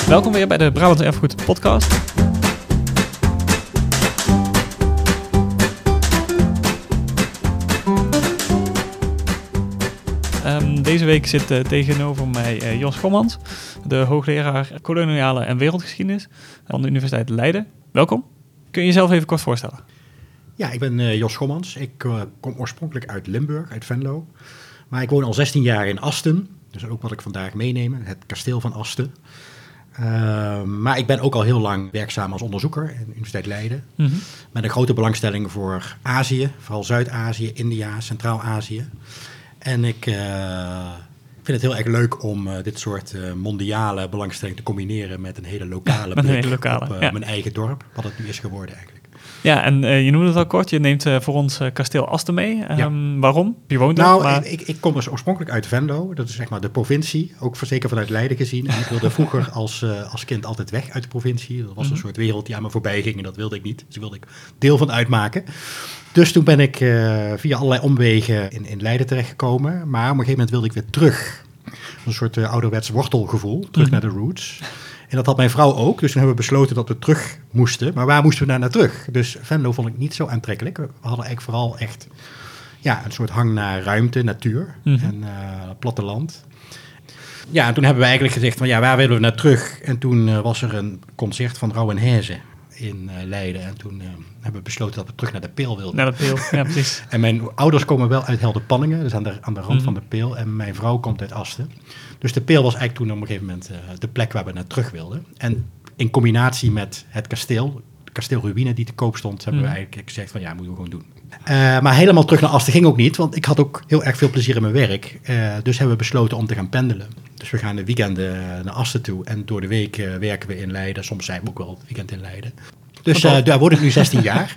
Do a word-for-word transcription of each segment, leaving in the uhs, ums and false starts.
Welkom weer bij de Brabant Erfgoed podcast. Um, deze week zit uh, tegenover mij uh, Jos Gommans, de hoogleraar koloniale en wereldgeschiedenis aan de Universiteit Leiden. Welkom. Kun je jezelf even kort voorstellen? Ja, ik ben uh, Jos Gommans. Ik uh, kom oorspronkelijk uit Limburg, uit Venlo. Maar ik woon al zestien jaar in Asten. Dus ook wat ik vandaag meeneem, het kasteel van Asten. Uh, maar ik ben ook al heel lang werkzaam als onderzoeker in de Universiteit Leiden. Mm-hmm. Met een grote belangstelling voor Azië, vooral Zuid-Azië, India, Centraal-Azië. En ik uh, vind het heel erg leuk om uh, dit soort uh, mondiale belangstelling te combineren met een hele lokale ja, blik hele lokale, op uh, ja. mijn eigen dorp, wat het nu is geworden eigenlijk. Ja, en uh, je noemde het al kort, je neemt uh, voor ons uh, kasteel Asten mee. Um, ja. Waarom? Je woont er. Nou, maar... ik, ik kom dus oorspronkelijk uit Venlo, dat is zeg maar de provincie, ook zeker vanuit Leiden gezien. En ik wilde vroeger als, uh, als kind altijd weg uit de provincie. Dat was mm-hmm. een soort wereld die aan me voorbij ging en dat wilde ik niet. Dus daar wilde ik deel van uitmaken. Dus toen ben ik uh, via allerlei omwegen in, in Leiden terechtgekomen. Maar op een gegeven moment wilde ik weer terug. Een soort uh, ouderwets wortelgevoel, terug mm-hmm. naar de roots. En dat had mijn vrouw ook, dus toen hebben we besloten dat we terug moesten. Maar waar moesten we daar naar terug? Dus Venlo vond ik niet zo aantrekkelijk. We hadden eigenlijk vooral echt ja, een soort hang naar ruimte, natuur mm-hmm. en uh, platteland. Ja, en toen hebben we eigenlijk gezegd van ja, waar willen we naar terug? En toen uh, was er een concert van Rauw en Heze in uh, Leiden. En toen uh, hebben we besloten dat we terug naar de Peel wilden. Naar de Peel, ja precies. En mijn ouders komen wel uit Helderpanningen, dus aan de, aan de rand mm-hmm. van de Peel. En mijn vrouw komt uit Asten. Dus de Peel was eigenlijk toen op een gegeven moment uh, de plek waar we naar terug wilden. En in combinatie met het kasteel, de kasteelruïne die te koop stond, hebben mm-hmm. we eigenlijk gezegd van ja, moeten we gewoon doen. Uh, maar helemaal terug naar Asten ging ook niet, want ik had ook heel erg veel plezier in mijn werk. Uh, dus hebben we besloten om te gaan pendelen. Dus we gaan de weekenden naar Asten toe en door de week uh, werken we in Leiden. Soms zijn we ook wel het weekend in Leiden. Dus uh, daar word ik nu zestien jaar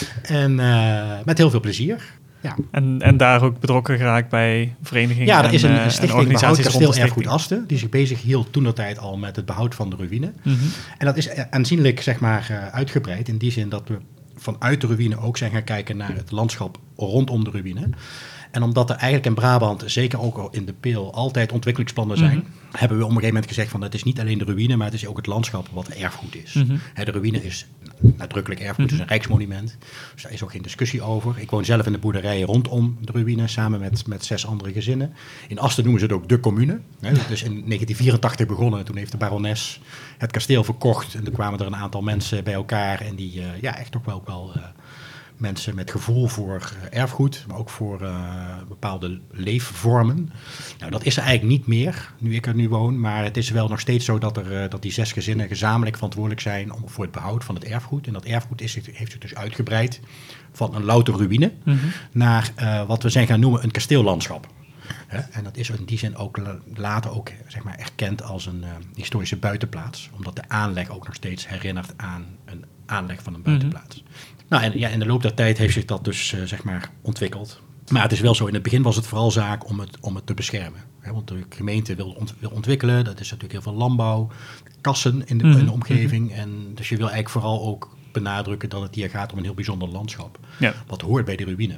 en uh, met heel veel plezier. Ja. En, en daar ook betrokken geraakt bij verenigingen. Ja, er is een, en, een stichting behoud kasteel erfgoed Asten, die zich bezig hield toentertijd al met het behoud van de ruïne. Mm-hmm. En dat is aanzienlijk zeg maar uh, uitgebreid in die zin dat we vanuit de ruïne ook zijn gaan kijken naar het landschap rondom de ruïne. En omdat er eigenlijk in Brabant, zeker ook al in de Peel, altijd ontwikkelingsplannen zijn, mm-hmm. hebben we op een gegeven moment gezegd van het is niet alleen de ruïne, maar het is ook het landschap wat erfgoed is. Mm-hmm. He, de ruïne is nadrukkelijk erfgoed, mm-hmm. het is een rijksmonument. Dus daar is ook geen discussie over. Ik woon zelf in de boerderijen rondom de ruïne, samen met, met zes andere gezinnen. In Asten noemen ze het ook de commune. He, dat is in negentien vierentachtig begonnen. Toen heeft de barones het kasteel verkocht en toen kwamen er een aantal mensen bij elkaar en die uh, ja, echt ook wel... Ook wel uh, mensen met gevoel voor uh, erfgoed, maar ook voor uh, bepaalde leefvormen. Nou, dat is er eigenlijk niet meer, nu ik er nu woon. Maar het is wel nog steeds zo dat, er, uh, dat die zes gezinnen gezamenlijk verantwoordelijk zijn om, voor het behoud van het erfgoed. En dat erfgoed is, heeft zich dus uitgebreid van een louter ruïne mm-hmm. naar uh, wat we zijn gaan noemen een kasteellandschap. He, en dat is in die zin ook later ook zeg maar, erkend als een uh, historische buitenplaats. Omdat de aanleg ook nog steeds herinnert aan een aanleg van een buitenplaats. Mm-hmm. Nou, en ja, in de loop der tijd heeft zich dat dus uh, zeg maar ontwikkeld. Maar het is wel zo, in het begin was het vooral zaak om het, om het te beschermen. Hè, want de gemeente wil, ont, wil ontwikkelen, dat is natuurlijk heel veel landbouw, kassen in de, mm-hmm. in de omgeving. En dus je wil eigenlijk vooral ook benadrukken dat het hier gaat om een heel bijzonder landschap. Ja. Wat hoort bij de ruïne.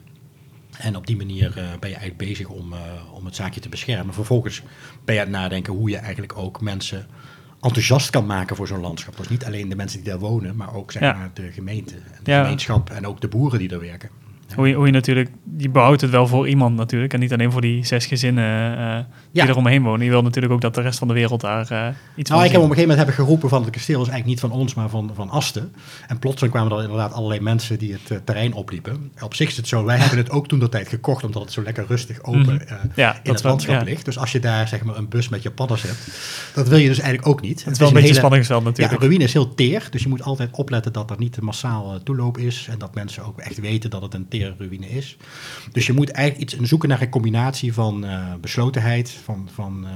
En op die manier uh, ben je eigenlijk bezig om, uh, om het zaakje te beschermen. Vervolgens ben je aan het nadenken hoe je eigenlijk ook mensen enthousiast kan maken voor zo'n landschap. Dus niet alleen de mensen die daar wonen, maar ook zeg ja. maar, de gemeente en de ja. gemeenschap en ook de boeren die er werken. Ja. Hoe, je, hoe je natuurlijk, je behoudt het wel voor iemand natuurlijk en niet alleen voor die zes gezinnen uh, die ja. er omheen wonen. Je wil natuurlijk ook dat de rest van de wereld daar uh, iets nou, van ik heb op een gegeven moment hebben geroepen van het kasteel is eigenlijk niet van ons, maar van, van Asten. En plotseling kwamen er inderdaad allerlei mensen die het uh, terrein opliepen. Op zich is het zo, wij hebben het ook toen de tijd gekocht omdat het zo lekker rustig open mm-hmm. uh, ja, in het landschap ja. ligt. Dus als je daar zeg maar een bus met Japanners hebt, dat wil je dus eigenlijk ook niet. Het is wel een, een beetje spanningsveld natuurlijk. Ja, de ruïne is heel teer, dus je moet altijd opletten dat er niet te massaal uh, toeloop is en dat mensen ook echt weten dat het een tere ruïne is. Dus je moet eigenlijk iets zoeken naar een combinatie van uh, beslotenheid, van, van, uh,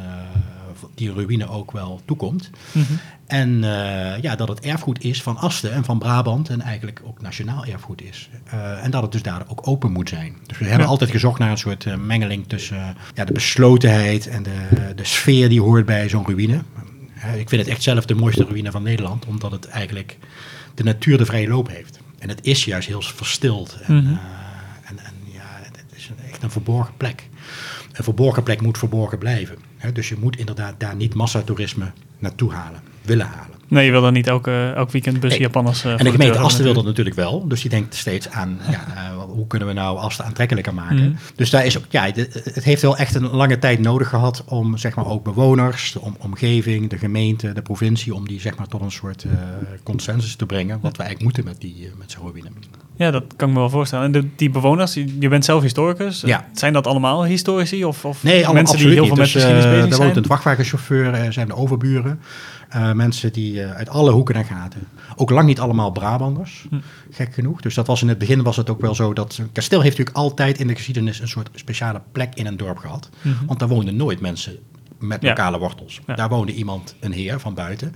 die ruïne ook wel toekomt. Mm-hmm. En uh, ja, dat het erfgoed is van Asten en van Brabant en eigenlijk ook nationaal erfgoed is. Uh, en dat het dus daar ook open moet zijn. Dus we hebben ja. altijd gezocht naar een soort uh, mengeling tussen uh, ja, de beslotenheid en de, de sfeer die hoort bij zo'n ruïne. Uh, ik vind het echt zelf de mooiste ruïne van Nederland, omdat het eigenlijk de natuur de vrije loop heeft. En het is juist heel verstild en, mm-hmm. uh, en, en ja, het is een, echt een verborgen plek. een verborgen plek moet verborgen blijven. Hè? Dus je moet inderdaad daar niet massatoerisme naartoe halen, willen halen. Nee, je wil dan niet elke, elk weekend bus Japanners... Uh, en de gemeente Asten wil dat natuurlijk wel. Dus die denkt steeds aan, ja, uh, hoe kunnen we nou Asten aantrekkelijker maken? Mm. Dus daar is ook, ja, de, het heeft wel echt een lange tijd nodig gehad om, zeg maar, ook bewoners, de om, omgeving, de gemeente, de provincie, om die, zeg maar, tot een soort uh, consensus te brengen, wat we eigenlijk moeten met die, uh, met zo'n ruïne. Ja, dat kan ik me wel voorstellen. En de, die bewoners, je bent zelf historicus. Ja. Zijn dat allemaal historici? Of, of nee, mensen absoluut die heel niet. veel dus, met geschiedenis uh, bezig daar zijn? woont een vrachtwagenchauffeur, uh, zijn de overburen. Uh, mensen die uh, uit alle hoeken en gaten. Ook lang niet allemaal Brabanders, hm. gek genoeg. Dus dat was in het begin was het ook wel zo dat... Kasteel heeft natuurlijk altijd in de geschiedenis een soort speciale plek in een dorp gehad. Mm-hmm. Want daar woonden nooit mensen met lokale ja. wortels. Ja. Daar woonde iemand, een heer van buiten.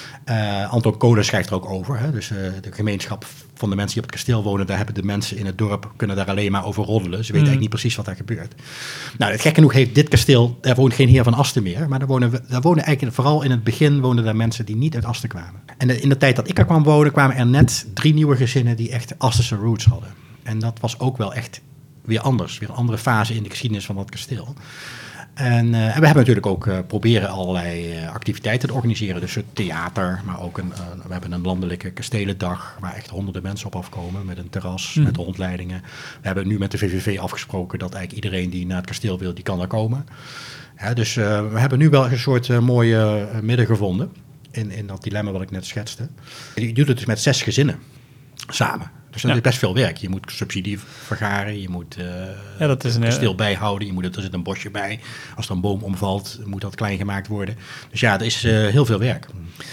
Uh, Anton Kolen schrijft er ook over. Hè? Dus uh, de gemeenschap van de mensen die op het kasteel wonen, daar hebben de mensen in het dorp kunnen daar alleen maar over roddelen. Ze weten mm. eigenlijk niet precies wat daar gebeurt. Nou, het gek genoeg heeft dit kasteel, daar woont geen heer van Asten meer, maar daar wonen, daar wonen eigenlijk, vooral in het begin woonden daar mensen die niet uit Asten kwamen. En de, in de tijd dat ik er kwam wonen, kwamen er net drie nieuwe gezinnen die echt Astense roots hadden. En dat was ook wel echt weer anders, weer een andere fase in de geschiedenis van dat kasteel. En, uh, en we hebben natuurlijk ook uh, proberen allerlei uh, activiteiten te organiseren. Dus het theater, maar ook een, uh, we hebben een landelijke kastelendag waar echt honderden mensen op afkomen met een terras, mm. met rondleidingen. We hebben nu met de V V V afgesproken dat eigenlijk iedereen die naar het kasteel wil, die kan daar komen. Ja, dus uh, we hebben nu wel een soort uh, mooie uh, midden gevonden in, in dat dilemma wat ik net schetste. Je doet het dus met zes gezinnen samen. Dus dat ja. is best veel werk. Je moet subsidie vergaren, je moet uh, ja, dat is een kasteel bijhouden, je moet, er zit een bosje bij. Als er een boom omvalt, moet dat klein gemaakt worden. Dus ja, er is uh, heel veel werk.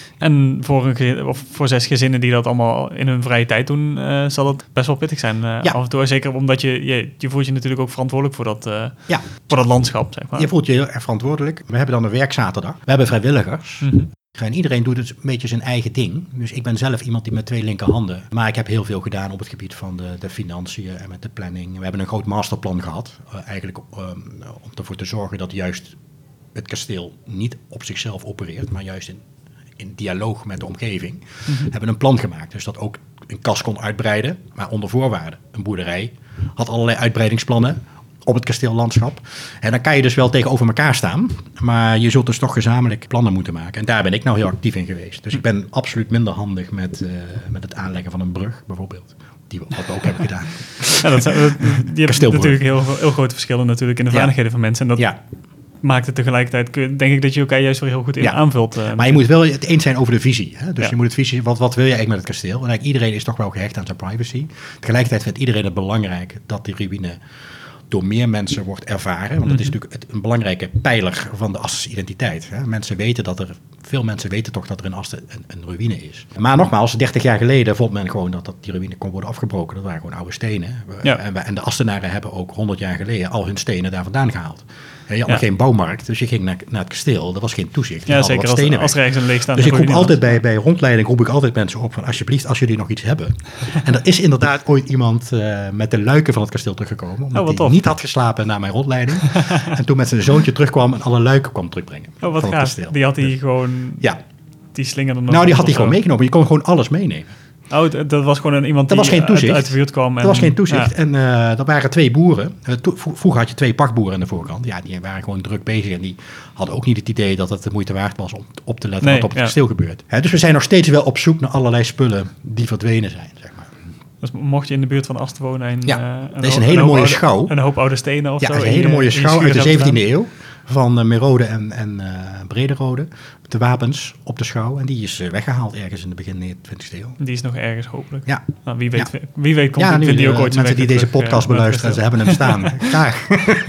En voor, een gezin, of voor zes gezinnen die dat allemaal in hun vrije tijd doen, uh, zal het best wel pittig zijn. Uh, ja. Af en toe, zeker omdat je, je, je voelt je natuurlijk ook verantwoordelijk voor dat, uh, ja. voor dat landschap. Zeg maar. Je voelt je heel erg verantwoordelijk. We hebben dan een werkzaterdag. We hebben vrijwilligers. Mm-hmm. En iedereen doet het een beetje zijn eigen ding. Dus ik ben zelf iemand die met twee linkerhanden. Maar ik heb heel veel gedaan op het gebied van de, de financiën en met de planning. We hebben een groot masterplan gehad. Uh, eigenlijk uh, om ervoor te zorgen dat juist het kasteel niet op zichzelf opereert. Maar juist in, in dialoog met de omgeving. Mm-hmm. We hebben een plan gemaakt. Dus dat ook een kas kon uitbreiden. Maar onder voorwaarden. Een boerderij had allerlei uitbreidingsplannen op het kasteellandschap. En dan kan je dus wel tegenover elkaar staan, maar je zult dus toch gezamenlijk plannen moeten maken. En daar ben ik nou heel actief in geweest. Dus ik ben absoluut minder handig met, uh, met het aanleggen van een brug, bijvoorbeeld. Die wat we ook hebben gedaan. Ja, dat zijn, je hebt natuurlijk heel, heel grote verschillen natuurlijk in de vaardigheden ja. van mensen. En dat ja. maakt het tegelijkertijd, denk ik dat je elkaar juist weer heel goed in ja. aanvult. Uh, maar je moet wel het eens zijn over de visie. Hè? Dus ja. je moet het visie, wat, wat wil je eigenlijk met het kasteel? En eigenlijk iedereen is toch wel gehecht aan zijn privacy. Tegelijkertijd vindt iedereen het belangrijk dat die ruïne door meer mensen wordt ervaren. Want dat is natuurlijk een belangrijke pijler van de Astense identiteit. Hè. Mensen weten dat er, veel mensen weten toch dat er in Asten een, een ruïne is. Maar nogmaals, dertig jaar geleden vond men gewoon dat, dat die ruïne kon worden afgebroken. Dat waren gewoon oude stenen. Ja. En, en de Astenaren hebben ook honderd jaar geleden al hun stenen daar vandaan gehaald. Je had ja. nog geen bouwmarkt, dus je ging naar, naar het kasteel. Er was geen toezicht. Ja, zeker als, als er ergens een leegstaande Dus ik roep altijd bij, bij rondleiding roep ik altijd mensen op van alsjeblieft, als jullie nog iets hebben. En er is inderdaad ooit iemand uh, met de luiken van het kasteel teruggekomen. Omdat hij oh, niet had geslapen na mijn rondleiding. En toen met zijn zoontje terugkwam en alle luiken kwam terugbrengen. Oh, wat gaaf. Die had hij dus, gewoon... Ja. Die slingerde nog. Nou, die had hij gewoon meegenomen. Je kon gewoon alles meenemen. Oh, dat was gewoon een iemand die was geen uit, uit de buurt kwam. Er was geen toezicht. Ja. En uh, dat waren twee boeren. Uh, to- vroeger had je twee pachtboeren aan de voorkant. Ja, die waren gewoon druk bezig. En die hadden ook niet het idee dat het de moeite waard was om op te letten nee, wat op het ja. kasteel gebeurt. Hè, dus we zijn nog steeds wel op zoek naar allerlei spullen die verdwenen zijn, zeg maar. Dus mocht je in de buurt van Asten wonen... En, ja, uh, er is een, een hele mooie oude, schouw. Een hoop oude stenen of ja, zo. Ja, een hele mooie schouw uit de zeventiende eeuw. Van uh, Merode en, en uh, Brederode. De wapens op de schouw. En die is uh, weggehaald ergens in de begin twintigste eeuw. Die is nog ergens hopelijk. Ja. Nou, wie weet, ja. wie weet komt ja, nu, die ook uh, ooit mensen die deze terug, podcast uh, beluisteren en ze hebben hem staan. Graag.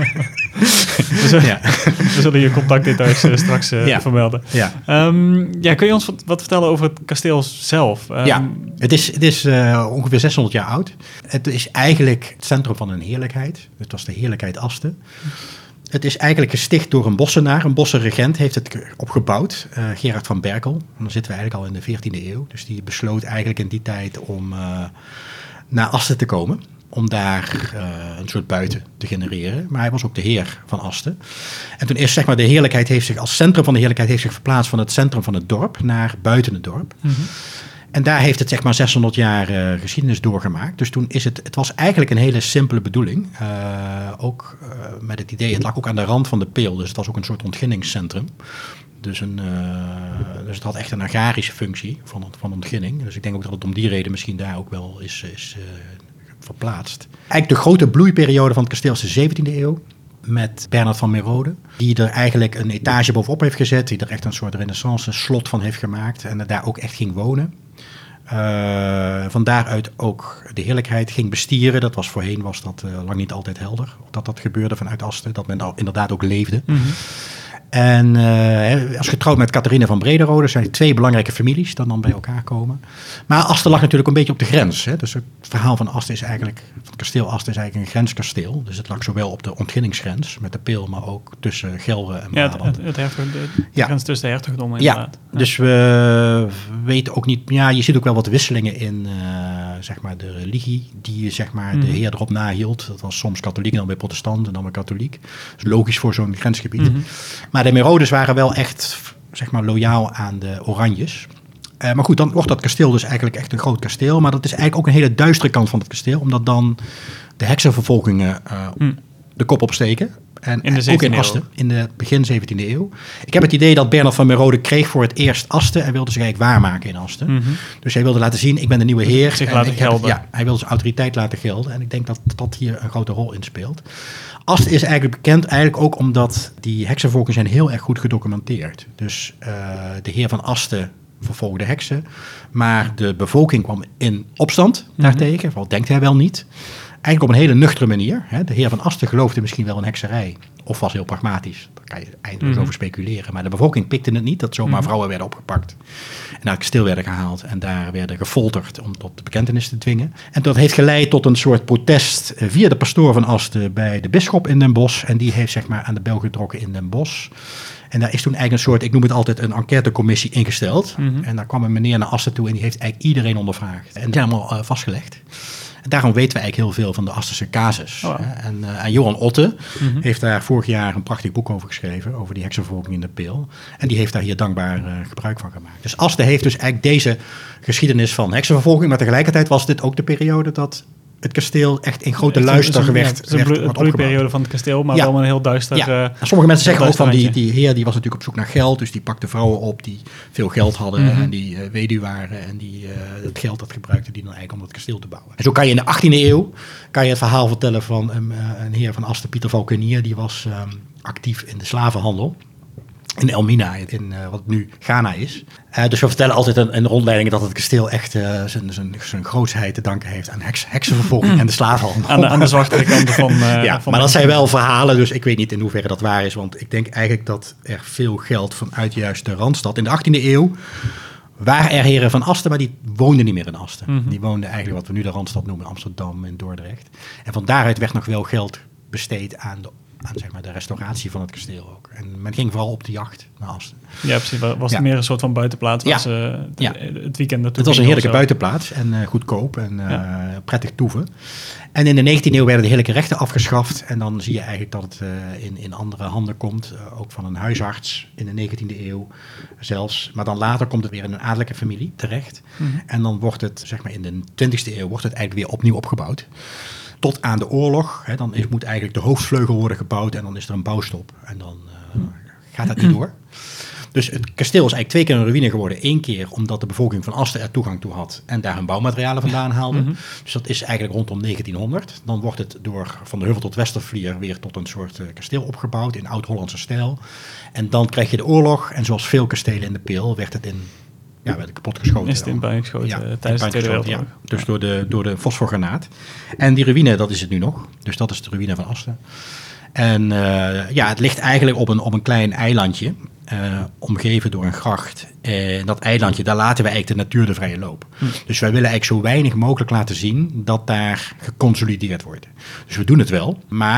we, zullen, ja. we zullen je contactdetails uh, straks uh, ja. vermelden. Ja. Um, ja, kun je ons wat, wat vertellen over het kasteel zelf? Um, ja, het is, het is uh, ongeveer zeshonderd jaar oud. Het is eigenlijk het centrum van een heerlijkheid. Het was de heerlijkheid Asten. Het is eigenlijk gesticht door een bossenaar. Een bossenregent heeft het opgebouwd. Uh, Gerard van Berkel. En dan zitten we eigenlijk al in de veertiende eeuw. Dus die besloot eigenlijk in die tijd om uh, naar Asten te komen. Om daar uh, een soort buiten te genereren. Maar hij was ook de heer van Asten. En toen is zeg maar de heerlijkheid heeft zich als centrum van de heerlijkheid heeft zich verplaatst van het centrum van het dorp naar buiten het dorp. Mm-hmm. En daar heeft het zeg maar zeshonderd jaar uh, geschiedenis doorgemaakt. Dus toen is het, het was eigenlijk een hele simpele bedoeling. Uh, ook uh, met het idee, het lag ook aan de rand van de Peel. Dus het was ook een soort ontginningscentrum. Dus, een, uh, dus het had echt een agrarische functie van, van ontginning. Dus ik denk ook dat het om die reden misschien daar ook wel is, is uh, verplaatst. Eigenlijk de grote bloeiperiode van het kasteel is de zeventiende eeuw. Met Bernhard van Merode, die er eigenlijk een etage bovenop heeft gezet. Die er echt een soort renaissance slot van heeft gemaakt. En daar ook echt ging wonen. Uh, van daaruit ook de heerlijkheid ging bestieren. Dat was voorheen was dat uh, lang niet altijd helder. Dat dat gebeurde vanuit Asten. Dat men daar inderdaad ook leefde. Mm-hmm. En uh, als getrouwd met Catharina van Brederode zijn die twee belangrijke families die dan bij elkaar komen. Maar Asten lag natuurlijk een beetje op de grens. Hè? Dus het verhaal van Asten is eigenlijk, van het kasteel Asten is eigenlijk een grenskasteel. Dus het lag zowel op de ontginningsgrens met de Peel, maar ook tussen Gelre en Brabant. Ja, het, het, het de, de ja. grens tussen de hertogdommen inderdaad. Ja, ja, dus we weten ook niet, ja, je ziet ook wel wat wisselingen in uh, zeg maar de religie die zeg maar mm. de heer erop nahield. Dat was soms katholiek en dan weer protestant en dan weer katholiek. Dat is logisch voor zo'n grensgebied. Mm-hmm. Maar de Merodes waren wel echt, zeg maar, loyaal aan de Oranjes. Uh, maar goed, dan wordt dat kasteel dus eigenlijk echt een groot kasteel. Maar dat is eigenlijk ook een hele duistere kant van het kasteel. Omdat dan de heksenvervolgingen uh, hmm. de kop opsteken. En in de ook in Asten, in de begin zeventiende eeuw. Ik heb het idee dat Bernhard van Merode kreeg voor het eerst Asten en wilde zich eigenlijk waarmaken in Asten. Mm-hmm. Dus hij wilde laten zien, ik ben de nieuwe heer. Zich laten gelden. Ja, hij wilde zijn autoriteit laten gelden. En ik denk dat dat hier een grote rol in speelt. Asten is eigenlijk bekend eigenlijk ook omdat die heksenvervolgingen zijn heel erg goed gedocumenteerd. Dus uh, de heer van Asten vervolgde heksen, maar de bevolking kwam in opstand daartegen. Mm-hmm. Wat denkt hij wel niet? Eigenlijk op een hele nuchtere manier. Hè. De heer van Asten geloofde misschien wel in hekserij. Of was heel pragmatisch. Daar kan je eindeloos mm-hmm. over speculeren. Maar de bevolking pikte het niet dat zomaar mm-hmm. vrouwen werden opgepakt. En naar het kasteel werden gehaald. En daar werden gefolterd om tot de bekentenis te dwingen. En dat heeft geleid tot een soort protest via de pastoor van Asten bij de bisschop in Den Bosch. En die heeft zeg maar aan de bel getrokken in Den Bosch. En daar is toen eigenlijk een soort, ik noem het altijd een enquêtecommissie ingesteld. Mm-hmm. En daar kwam een meneer naar Asten toe en die heeft eigenlijk iedereen ondervraagd. En die zijn allemaal uh, vastgelegd. En daarom weten we eigenlijk heel veel van de Astense casus. Oh. En, uh, en Johan Otte mm-hmm. heeft daar vorig jaar een prachtig boek over geschreven, over die heksenvervolging in de Peel. En die heeft daar hier dankbaar uh, gebruik van gemaakt. Dus Asten heeft dus eigenlijk deze geschiedenis van heksenvervolging, maar tegelijkertijd was dit ook de periode dat het kasteel echt in grote luister werd, ja, het werd, werd de periode van het kasteel, maar ja. wel een heel duister... Ja. Uh, sommige mensen zeggen ook van die, die heer die was natuurlijk op zoek naar geld, dus die pakte vrouwen op die veel geld hadden mm-hmm. en die uh, weduw waren en die uh, het geld dat gebruikte die dan eigenlijk om het kasteel te bouwen. En zo kan je in de achttiende eeuw kan je het verhaal vertellen van um, uh, een heer van Asten, Pieter Valkenier, die was um, actief in de slavenhandel. In Elmina, in uh, wat nu Ghana is. Uh, dus we vertellen altijd in, in de rondleidingen dat het kasteel echt uh, zijn, zijn, zijn grootsheid te danken heeft aan heks, heksenvervolging mm. en de slavenhandel. Aan de, aan de zwarte kant van... Uh, ja, van maar dat zijn wel verhalen, dus ik weet niet in hoeverre dat waar is. Want ik denk eigenlijk dat er veel geld vanuit juist de Randstad. In de achttiende eeuw waren er heren van Asten, maar die woonden niet meer in Asten. Mm-hmm. Die woonden eigenlijk wat we nu de Randstad noemen, Amsterdam en Dordrecht. En van daaruit werd nog wel geld besteed aan de aan zeg maar, de restauratie van het kasteel ook. En men ging vooral op de jacht naar Asten. Ja, precies. Was het ja. meer een soort van buitenplaats waar ja. ze t- ja. het weekend naartoe Het was een heerlijke buitenplaats en uh, goedkoop en uh, ja. prettig toeven. En in de negentiende eeuw werden de heerlijke rechten afgeschaft. En dan zie je eigenlijk dat het uh, in, in andere handen komt. Uh, ook van een huisarts in de negentiende eeuw zelfs. Maar dan later komt het weer in een adellijke familie terecht. Mm-hmm. En dan wordt het, zeg maar in de twintigste eeuw, wordt het eigenlijk weer opnieuw opgebouwd. Tot aan de oorlog, hè, dan is, moet eigenlijk de hoofdvleugel worden gebouwd en dan is er een bouwstop. En dan uh, gaat dat niet door. Dus het kasteel is eigenlijk twee keer een ruïne geworden. Eén keer omdat de bevolking van Asten er toegang toe had en daar hun bouwmaterialen vandaan haalde. Mm-hmm. Dus dat is eigenlijk rondom negentienhonderd. Dan wordt het door Van de Heuvel tot Westervlier weer tot een soort uh, kasteel opgebouwd in oud-Hollandse stijl. En dan krijg je de oorlog en zoals veel kastelen in de Peel werd het in... Ja, werd kapot geschoten. Is het in puin geschoten ja, uh, tijdens de Tweede Wereldoorlog. Ja. Dus door de, door de fosforgranaat. En die ruïne, dat is het nu nog. Dus dat is de ruïne van Asten. En uh, ja, het ligt eigenlijk op een, op een klein eilandje. Uh, omgeven door een gracht. En dat eilandje, daar laten we eigenlijk de natuur de vrije loop. Hm. Dus wij willen eigenlijk zo weinig mogelijk laten zien dat daar geconsolideerd wordt. Dus we doen het wel, maar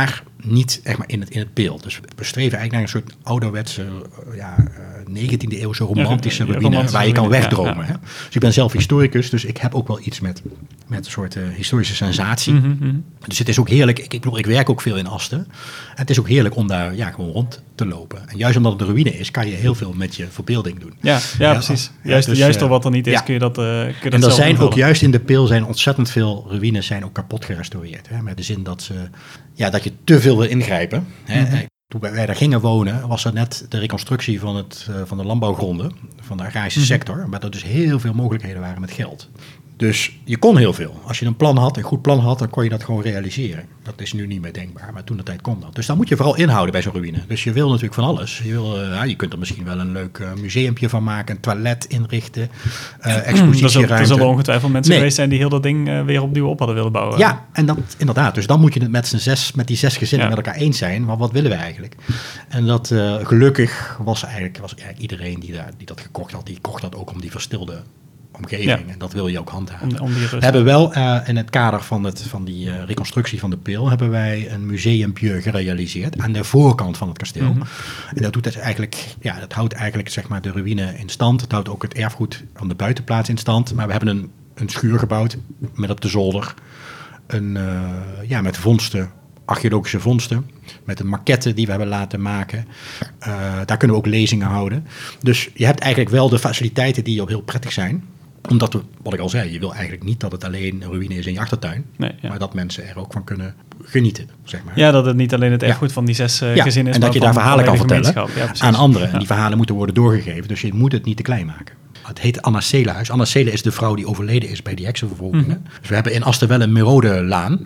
niet echt maar in het, in het beeld. Dus we streven eigenlijk naar een soort ouderwetse, ja, negentiende eeuwse romantische ja, ruïne waar je kan wegdromen. Ja, ja. Hè? Dus ik ben zelf historicus, dus ik heb ook wel iets met, met een soort uh, historische sensatie. Mm-hmm. Dus het is ook heerlijk, ik, ik bedoel, ik werk ook veel in Asten. En het is ook heerlijk om daar ja, gewoon rond te lopen. En juist omdat het een ruïne is, kan je heel veel met je verbeelding doen. Ja, ja, ja precies. Ja, juist dus, juist door wat er niet is, ja. kun je dat uh, kun je dat En er zijn invullen. ook juist in de Peel zijn ontzettend veel ruïnes zijn ook kapot gerestaureerd. Hè? Met de zin dat, ze, ja, dat je te veel wil ingrijpen. Hè? Mm-hmm. Toen wij daar gingen wonen, was er net de reconstructie van, het, uh, van de landbouwgronden, van de agrarische mm-hmm. sector, waar er dus heel veel mogelijkheden waren met geld. Dus je kon heel veel. Als je een plan had, een goed plan had, dan kon je dat gewoon realiseren. Dat is nu niet meer denkbaar, maar toen de tijd kon dat. Dus daar moet je vooral inhouden bij zo'n ruïne. Dus je wil natuurlijk van alles. Je, wil, uh, ja, je kunt er misschien wel een leuk uh, museumpje van maken, een toilet inrichten, uh, expositieruimte. Er zullen ongetwijfeld mensen nee. geweest zijn die heel dat ding uh, weer opnieuw op hadden willen bouwen. Ja, en dat, inderdaad. Dus dan moet je het met, z'n zes, met die zes gezinnen ja. met elkaar eens zijn. Maar wat willen we eigenlijk? En dat uh, gelukkig was eigenlijk, was eigenlijk iedereen die, daar, die dat gekocht had, die kocht dat ook om die verstilde omgeving. Ja. En dat wil je ook handhaven. Om, om we hebben wel uh, in het kader van, het, van die uh, reconstructie van de Peel hebben wij een museumpje gerealiseerd aan de voorkant van het kasteel. Mm-hmm. En dat doet het eigenlijk, ja, dat houdt eigenlijk zeg maar de ruïne in stand. Het houdt ook het erfgoed van de buitenplaats in stand. Maar we hebben een, een schuur gebouwd met op de zolder een uh, ja, met vondsten, archeologische vondsten, met een maquette die we hebben laten maken. Uh, daar kunnen we ook lezingen houden. Dus je hebt eigenlijk wel de faciliteiten die ook heel prettig zijn. Omdat we, wat ik al zei, je wil eigenlijk niet dat het alleen een ruïne is in je achtertuin. Nee, ja. Maar dat mensen er ook van kunnen genieten, zeg maar. Ja, dat het niet alleen het erfgoed ja. van die zes uh, ja, gezinnen is. En dat je daar verhalen kan vertellen ja, aan anderen. Ja. En die verhalen moeten worden doorgegeven. Dus je moet het niet te klein maken. Het heet Anna Selenhuis. Anna Selen is de vrouw die overleden is bij die heksenvervolgingen. Mm-hmm. Dus we hebben in Asten wel een Merode-laan.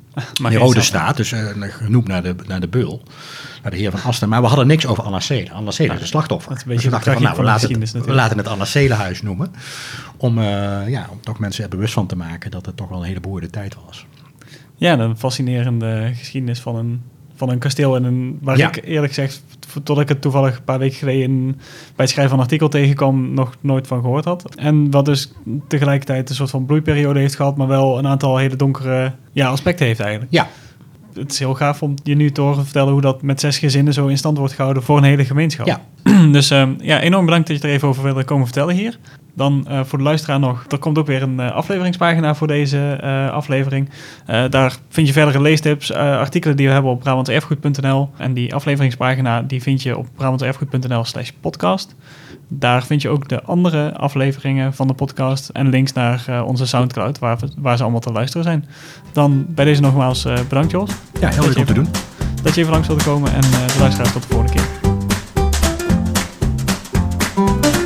Merode staat, dus uh, genoemd naar de, naar de beul. Naar de heer van Asten. Maar we hadden niks over Anna Selen. Anna Selen is een slachtoffer. Dat is een beetje dus we dachten van, nou, we, laten het, we laten het Anna Selenhuis noemen. Om, uh, ja, om toch mensen er bewust van te maken dat het toch wel een hele behoorde tijd was. Ja, een fascinerende geschiedenis van een, van een kasteel. En een, waar ja. ik eerlijk gezegd, tot ik het toevallig een paar weken geleden bij het schrijven van een artikel tegenkwam, nog nooit van gehoord had. En wat dus tegelijkertijd een soort van bloeiperiode heeft gehad, maar wel een aantal hele donkere ja, aspecten heeft eigenlijk. Ja. Het is heel gaaf om je nu te horen vertellen hoe dat met zes gezinnen zo in stand wordt gehouden voor een hele gemeenschap. Ja. Dus uh, ja, enorm bedankt dat je er even over wilde komen vertellen hier. Dan uh, voor de luisteraar nog, er komt ook weer een uh, afleveringspagina voor deze uh, aflevering. Uh, daar vind je verdere leestips, uh, artikelen die we hebben op brabantererfgoed punt n l. En die afleveringspagina die vind je op brabantererfgoed punt n l slash podcast. Daar vind je ook de andere afleveringen van de podcast en links naar uh, onze Soundcloud, waar, we, waar ze allemaal te luisteren zijn. Dan bij deze nogmaals uh, bedankt, Jos. Ja, heel leuk om te doen. Dat je even langs wilde komen en uh, de luisteraars tot de volgende keer.